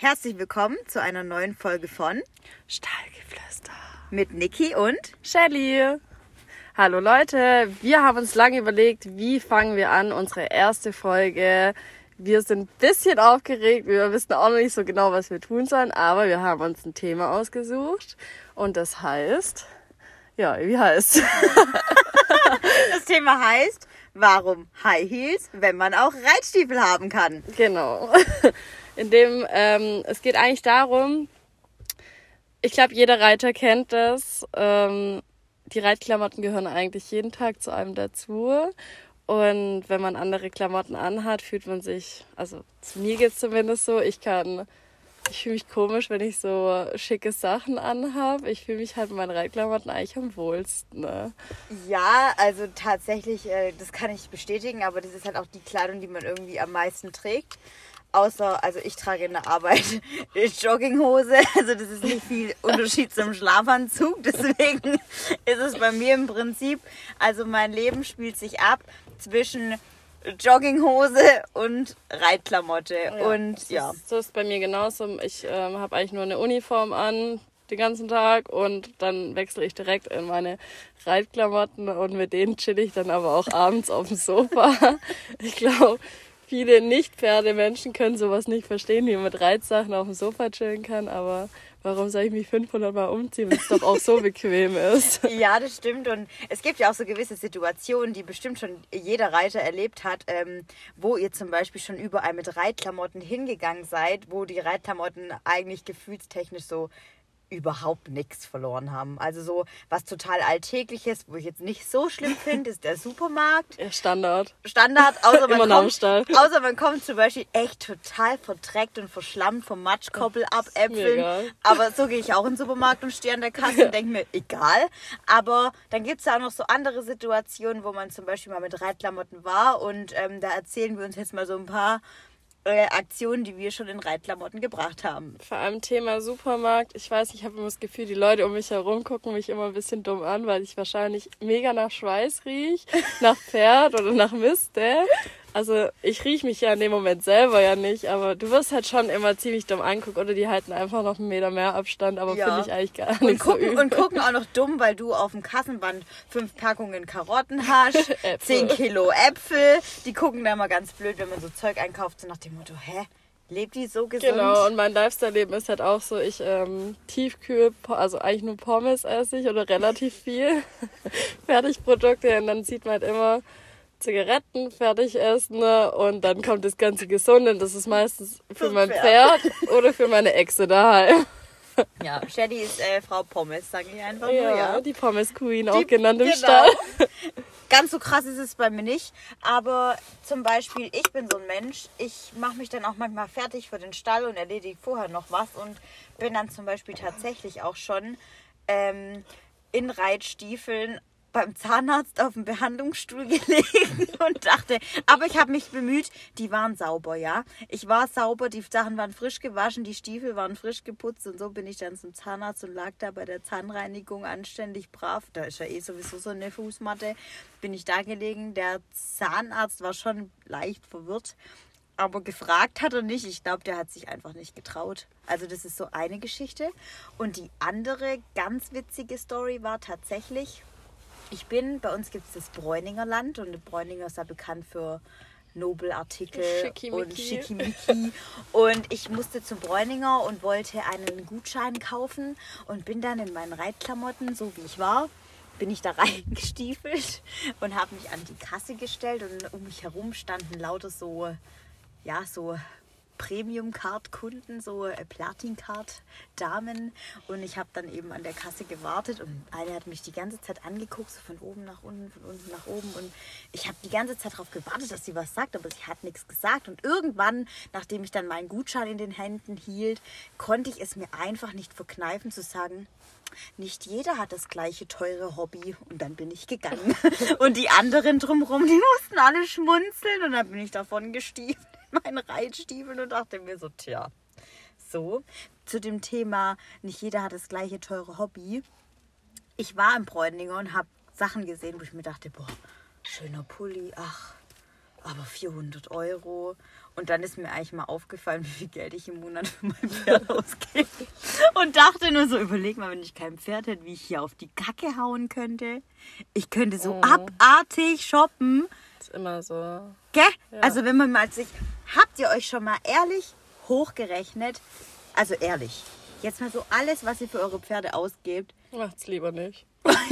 Herzlich willkommen zu einer neuen Folge von Stallgeflüster mit Niki und Shelly. Hallo Leute, wir haben uns lange überlegt, wie fangen wir an, unsere erste Folge. Wir sind ein bisschen aufgeregt, wir wissen auch noch nicht so genau, was wir tun sollen, aber wir haben uns ein Thema ausgesucht und das heißt, wie heißt? Das Thema heißt, warum High Heels, wenn man auch Reitstiefel haben kann? Genau. Es geht eigentlich darum, ich glaube, jeder Reiter kennt das. Die Reitklamotten gehören eigentlich jeden Tag zu einem dazu. Und wenn man andere Klamotten anhat, fühlt man sich, also zu mir geht es zumindest so, ich fühle mich komisch, wenn ich so schicke Sachen anhabe. Ich fühle mich halt mit meinen Reitklamotten eigentlich am wohlsten. Ne? Ja, also tatsächlich, das kann ich bestätigen, aber das ist halt auch die Kleidung, die man irgendwie am meisten trägt. Außer, also ich trage in der Arbeit Jogginghose, also das ist nicht viel Unterschied zum Schlafanzug, deswegen ist es bei mir im Prinzip, also mein Leben spielt sich ab zwischen Jogginghose und Reitklamotte So ist bei mir genauso. Ich habe eigentlich nur eine Uniform an den ganzen Tag und dann wechsle ich direkt in meine Reitklamotten und mit denen chill ich dann aber auch abends auf dem Sofa. Ich glaube, viele Nicht-Pferdemenschen können sowas nicht verstehen, wie man mit Reitsachen auf dem Sofa chillen kann, aber warum soll ich mich 500 Mal umziehen, wenn es doch auch so bequem ist? Ja, das stimmt, und es gibt ja auch so gewisse Situationen, die bestimmt schon jeder Reiter erlebt hat, wo ihr zum Beispiel schon überall mit Reitklamotten hingegangen seid, wo die Reitklamotten eigentlich gefühlstechnisch so überhaupt nichts verloren haben. Also so was total Alltägliches, wo ich jetzt nicht so schlimm finde, ist der Supermarkt. Ja, Standard, außer man kommt zum Beispiel echt total verdreckt und verschlammt vom Matschkoppel ab Äpfeln. Aber so gehe ich auch in den Supermarkt und stehe an der Kasse und denke mir, egal. Aber dann gibt es ja auch noch so andere Situationen, wo man zum Beispiel mal mit Reitklamotten war und da erzählen wir uns jetzt mal so ein paar Aktionen, die wir schon in Reitklamotten gebracht haben. Vor allem Thema Supermarkt. Ich weiß, ich habe immer das Gefühl, die Leute um mich herum gucken mich immer ein bisschen dumm an, weil ich wahrscheinlich mega nach Schweiß rieche, nach Pferd oder nach Miste. Also ich rieche mich ja in dem Moment selber ja nicht, aber du wirst halt schon immer ziemlich dumm angucken oder die halten einfach noch 1 Meter mehr Abstand, aber finde ich eigentlich gar nicht so übel. Und gucken auch noch dumm, weil du auf dem Kassenband 5 Packungen Karotten hast, 10 Kilo Äpfel. Die gucken da immer ganz blöd, wenn man so Zeug einkauft, so nach dem Motto, lebt die so gesund? Genau, und mein Lifestyle-Leben ist halt auch so, ich tiefkühl, also eigentlich nur Pommes esse ich oder relativ viel Fertigprodukte und dann sieht man halt immer Zigaretten fertig essen und dann kommt das ganze Gesunde und das ist meistens für mein Pferd oder für meine Echse daheim. Ja, Shelly ist Frau Pommes, sage ich einfach nur. Ja, die Pommes Queen, auch genannt im Stall. Ganz so krass ist es bei mir nicht, aber zum Beispiel, ich bin so ein Mensch, ich mache mich dann auch manchmal fertig für den Stall und erledige vorher noch was und bin dann zum Beispiel tatsächlich auch schon in Reitstiefeln beim Zahnarzt auf dem Behandlungsstuhl gelegen und dachte, aber ich habe mich bemüht, die waren sauber, ja. Ich war sauber, die Sachen waren frisch gewaschen, die Stiefel waren frisch geputzt und so bin ich dann zum Zahnarzt und lag da bei der Zahnreinigung anständig brav. Da ist ja sowieso so eine Fußmatte. Bin ich da gelegen. Der Zahnarzt war schon leicht verwirrt, aber gefragt hat er nicht. Ich glaube, der hat sich einfach nicht getraut. Also das ist so eine Geschichte. Und die andere ganz witzige Story war tatsächlich, bei uns gibt es das Bräuninger Land und Bräuninger ist ja bekannt für Nobelartikel und Schickimicki. Und ich musste zum Bräuninger und wollte einen Gutschein kaufen und bin dann in meinen Reitklamotten, so wie ich war, bin ich da reingestiefelt und habe mich an die Kasse gestellt und um mich herum standen lauter so Premium-Card-Kunden, so Platin-Card-Damen und ich habe dann eben an der Kasse gewartet und eine hat mich die ganze Zeit angeguckt, so von oben nach unten, von unten nach oben und ich habe die ganze Zeit darauf gewartet, dass sie was sagt, aber sie hat nichts gesagt und irgendwann, nachdem ich dann meinen Gutschein in den Händen hielt, konnte ich es mir einfach nicht verkneifen zu sagen, nicht jeder hat das gleiche teure Hobby und dann bin ich gegangen und die anderen drumherum, die mussten alle schmunzeln und dann bin ich davon gestiefelt. Meinen Reitstiefeln und dachte mir so, so, zu dem Thema, nicht jeder hat das gleiche teure Hobby. Ich war im Bräuninger und habe Sachen gesehen, wo ich mir dachte, schöner Pulli, aber 400 €. Und dann ist mir eigentlich mal aufgefallen, wie viel Geld ich im Monat für mein Pferd ausgebe. Und dachte nur so, überleg mal, wenn ich kein Pferd hätte, wie ich hier auf die Kacke hauen könnte. Ich könnte so abartig shoppen. Ist immer so. Gell? Ja. Also wenn man mal sich... Habt ihr euch schon mal ehrlich hochgerechnet? Also ehrlich. Jetzt mal so alles, was ihr für eure Pferde ausgebt. Macht's lieber nicht.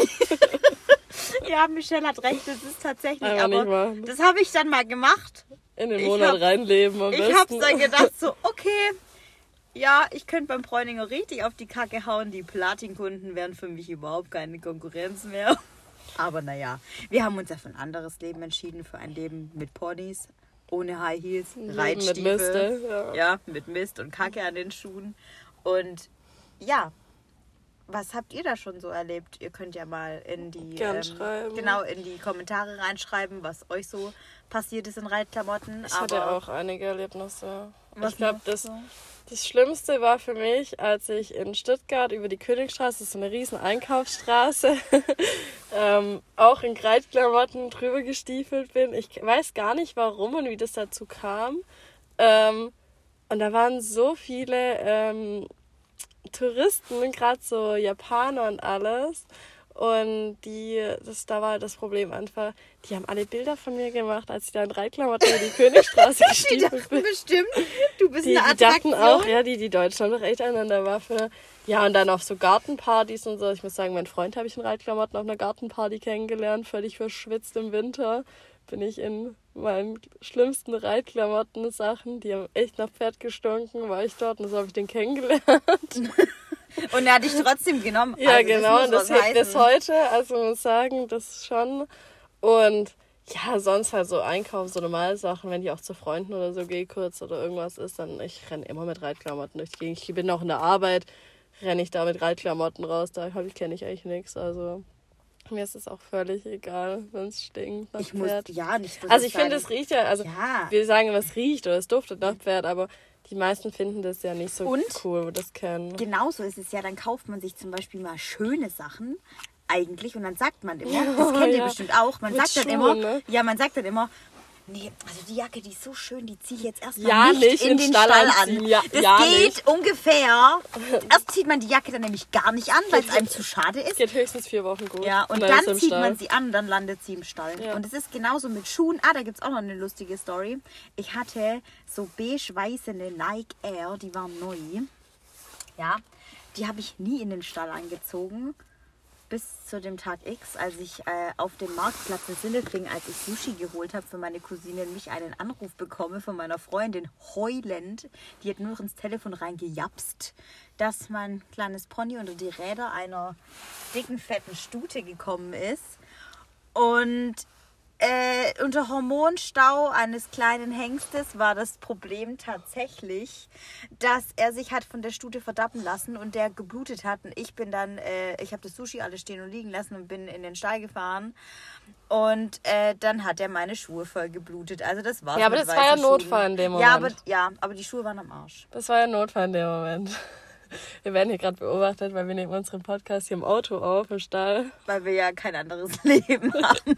Ja, Michelle hat recht, das ist tatsächlich, Einfach aber nicht machen. das habe ich dann mal gemacht. In den Monat reinleben am besten. Ich habe dann gedacht so, okay, ja, ich könnte beim Bräuninger richtig auf die Kacke hauen. Die Platin-Kunden wären für mich überhaupt keine Konkurrenz mehr. Aber naja, wir haben uns ja für ein anderes Leben entschieden, für ein Leben mit Ponys, ohne High Heels, Reitstiefel. Mit Mist, ja, mit Mist und Kacke an den Schuhen. Und ja, was habt ihr da schon so erlebt? Ihr könnt ja mal in die schreiben. Genau, in die Kommentare reinschreiben, was euch so passiert ist in Reitklamotten. Ich hatte auch einige Erlebnisse. Was Ich glaube, noch das so? Schlimmste war für mich, als ich in Stuttgart über die Königstraße, das ist so eine riesen Einkaufsstraße, auch in Reitklamotten drüber gestiefelt bin. Ich weiß gar nicht, warum und wie das dazu kam. Und da waren so viele Touristen, gerade so Japaner und alles. Und da war das Problem einfach, die haben alle Bilder von mir gemacht, als ich da in Reitklamotten über die Königstraße gestiefelt bin. Bestimmt, du bist eine Die Attraktion. dachten auch, ja, die Deutschland noch echt aneinander Waffe. Ja, und dann auf so Gartenpartys und so. Ich muss sagen, meinen Freund habe ich in Reitklamotten auf einer Gartenparty kennengelernt, völlig verschwitzt im Winter. Bin ich in meinen schlimmsten Reitklamotten-Sachen, die haben echt nach Pferd gestunken, war ich dort und so habe ich den kennengelernt. Und er hat dich trotzdem genommen. Ja, also, genau, und das muss was hält bis heißen. heute, also muss sagen, das schon. Und ja, sonst halt so Einkauf, so normale Sachen, wenn ich auch zu Freunden oder so gehe kurz oder irgendwas ist, dann ich renne immer mit Reitklamotten durch die Gegend. Ich bin auch in der Arbeit, renne ich da mit Reitklamotten raus, da kenne ich eigentlich nichts, also mir ist es auch völlig egal, wenn es stinkt nach Ich muss, Pferd. ja, nicht so Also ich sagen. finde, es riecht ja, also Ja. wir sagen immer, es riecht oder es duftet nach Pferd, aber die meisten finden das ja nicht so Und? cool, wo das kennen. Genauso ist es ja, dann kauft man sich zum Beispiel mal schöne Sachen eigentlich und dann sagt man immer, das kennt ihr ja. bestimmt auch, man Mit sagt dann Schuhen, immer, ne? ja, man sagt dann immer, nee, also die Jacke, die ist so schön, die ziehe ich jetzt erstmal Ja, nicht nicht in im den Stall Stall anziehen, an. ja, Das ja geht nicht. ungefähr. Erst zieht man die Jacke dann nämlich gar nicht an, weil es einem zu schade ist. Geht höchstens 4 Wochen gut. Ja, und ist dann im zieht Stall. man sie an und dann landet sie im Stall. Ja. Und es ist genauso mit Schuhen. Da gibt es auch noch eine lustige Story. Ich hatte so beige-weiße eine Nike Air, die waren neu. Ja, die habe ich nie in den Stall eingezogen. Bis zu dem Tag X, als ich auf dem Marktplatz in Sindelfingen, als ich Sushi geholt habe für meine Cousine, mich einen Anruf bekomme von meiner Freundin, heulend. Die hat nur ins Telefon reingejapst, dass mein kleines Pony unter die Räder einer dicken, fetten Stute gekommen ist. Und unter Hormonstau eines kleinen Hengstes war das Problem tatsächlich, dass er sich hat von der Stute verdappen lassen und der geblutet hat. Und ich bin dann, ich habe das Sushi alles stehen und liegen lassen und bin in den Stall gefahren. Und dann hat er meine Schuhe voll geblutet. Also das war's. Ja, aber mit das war ja weißen Notfall Schuhen. in dem Ja, Moment. aber die Schuhe waren am Arsch. Das war ja Notfall in dem Moment. Wir werden hier gerade beobachtet, weil wir nehmen unseren Podcast hier im Auto auf, im Stall. Weil wir ja kein anderes Leben haben.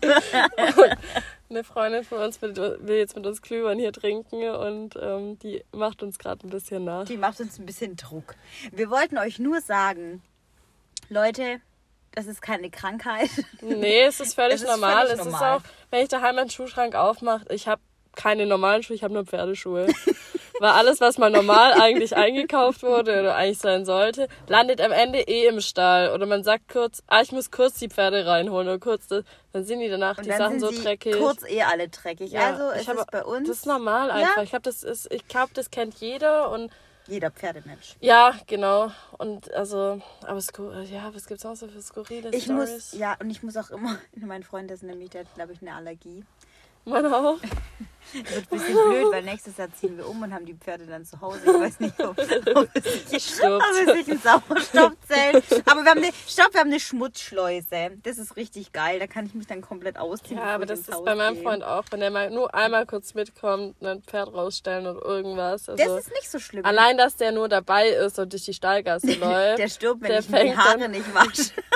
Eine Freundin von uns will jetzt mit uns Glühwein hier trinken und die macht uns gerade ein bisschen nach. Die macht uns ein bisschen Druck. Wir wollten euch nur sagen, Leute, das ist keine Krankheit. Nee, es ist völlig Es ist normal. völlig Es normal. ist auch, wenn ich daheim meinen Schuhschrank aufmache, ich habe keine normalen Schuhe, ich habe nur Pferdeschuhe. Weil alles, was mal normal eigentlich eingekauft wurde oder eigentlich sein sollte, landet am Ende im Stall. Oder man sagt kurz, ich muss kurz die Pferde reinholen oder kurz das, dann sind die danach Und die dann Sachen sind so sie dreckig. kurz alle dreckig. Ja, Also ich es habe- ist bei uns Das ist normal einfach. Ja. Ich glaube, das kennt jeder und jeder Pferdemensch. ja, genau. Und also, aber was gibt's noch so für skurrile Ich Stories? muss auch immer, mein Freund ist nämlich, der hat, glaube ich, eine Allergie. Man auch. Das wird ein bisschen blöd, weil nächstes Jahr ziehen wir um und haben die Pferde dann zu Hause. Ich weiß nicht, ob es sich ein Sauerstoffzelt. Aber wir haben eine Schmutzschleuse. Das ist richtig geil. Da kann ich mich dann komplett ausziehen. Ja, bevor aber ich das ins ist Haus bei meinem gehe. Freund auch, wenn er mal nur einmal kurz mitkommt, ein Pferd rausstellen oder irgendwas. Also Das ist nicht so schlimm. allein, dass der nur dabei ist und durch die Stallgasse läuft. Der stirbt, wenn der ich mir die fängt Haare dann- nicht wasche.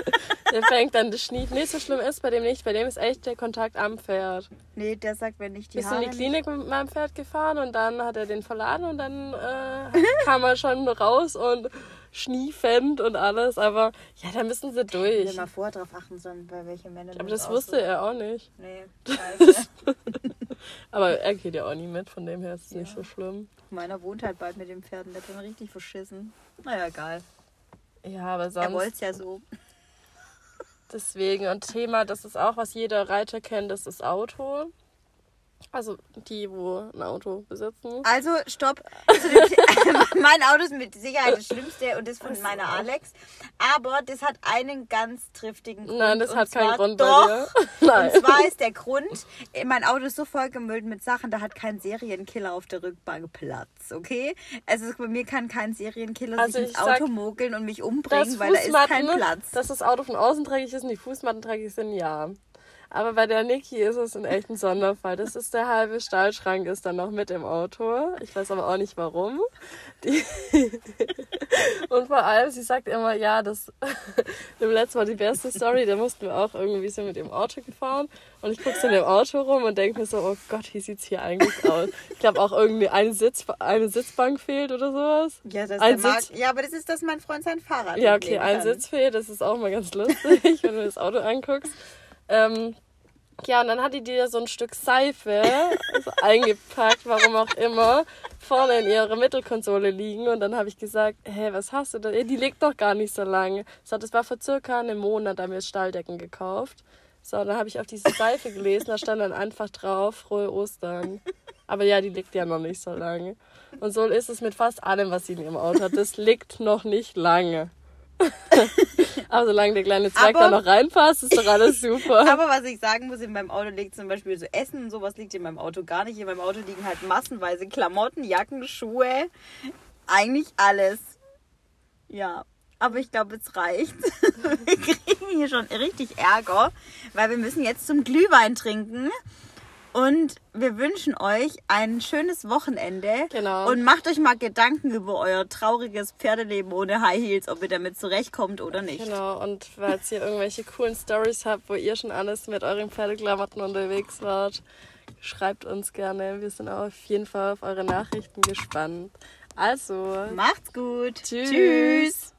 Der fängt dann das Schnief. Nee, so schlimm ist bei dem nicht. Bei dem ist echt der Kontakt am Pferd. Nee, der sagt, wenn nicht die Bist Haare in die Klinik mit meinem Pferd gefahren und dann hat er den verladen und dann kam er schon raus und schniefend und alles. Aber ja, da müssen sie Ich durch. will mal vorher drauf achten sollen, bei welchen Männern. Aber das wusste er auch nicht. Nee, scheiße. Aber er geht ja auch nie mit, von dem her ist es nicht so schlimm. Meiner wohnt halt bald mit den Pferden, der hat dann richtig verschissen. Naja, egal. Ja, aber Er sonst wollte es ja so. deswegen. Und Thema, das ist auch, was jeder Reiter kennt, das ist Auto. Also die, wo ein Auto besitzen. Also, stopp. Mein Auto ist mit Sicherheit das Schlimmste und das von meiner Alex. Aber das hat einen ganz triftigen Grund. Nein, das hat keinen Grund doch, bei dir. Nein. Und zwar ist der Grund, mein Auto ist so vollgemüllt mit Sachen, da hat kein Serienkiller auf der Rückbank Platz, okay? Also bei mir kann kein Serienkiller sich ins Auto mogeln und mich umbringen, weil da ist kein Platz. Dass das Auto von außen dreckig ist und die Fußmatten dreckig sind, ja. Aber bei der Niki ist es ein echt ein Sonderfall. Das ist der halbe Stahlschrank ist dann noch mit im Auto. Ich weiß aber auch nicht warum. Und vor allem, sie sagt immer, ja, das im letzten Mal die beste Story, da mussten wir auch irgendwie so mit dem Auto gefahren. Und ich gucke so in dem Auto rum und denke mir so, oh Gott, wie sieht's hier eigentlich aus? Ich glaube auch irgendwie eine Sitzbank fehlt oder sowas. Ja, ja, aber das ist, dass mein Freund sein Fahrrad ja, okay, ein Sitz fehlt, das ist auch mal ganz lustig, wenn du das Auto anguckst. Ja, und dann hatte die da so ein Stück Seife so eingepackt, warum auch immer, vorne in ihrer Mittelkonsole liegen. Und dann habe ich gesagt, hey, was hast du da? Die liegt doch gar nicht so lange. So, das war vor circa einem Monat, da haben wir Stahldecken gekauft. So, dann habe ich auf diese Seife gelesen, da stand dann einfach drauf, frohe Ostern. Aber ja, die liegt ja noch nicht so lange. Und so ist es mit fast allem, was sie in ihrem Auto hat. Das liegt noch nicht lange. Aber solange der kleine Zwerg da noch reinpasst, ist doch alles super. Aber was ich sagen muss, in meinem Auto liegt zum Beispiel so Essen und sowas liegt in meinem Auto gar nicht. In meinem Auto liegen halt massenweise Klamotten, Jacken, Schuhe, eigentlich alles. Ja, aber ich glaube, es reicht. Wir kriegen hier schon richtig Ärger, weil wir müssen jetzt zum Glühwein trinken. Und wir wünschen euch ein schönes Wochenende. Genau. Und macht euch mal Gedanken über euer trauriges Pferdeleben ohne High Heels, ob ihr damit zurechtkommt oder nicht. Genau, und falls ihr irgendwelche coolen Stories habt, wo ihr schon alles mit euren Pferdeklamotten unterwegs wart, schreibt uns gerne. Wir sind auf jeden Fall auf eure Nachrichten gespannt. Also, macht's gut. Tschüss. Tschüss.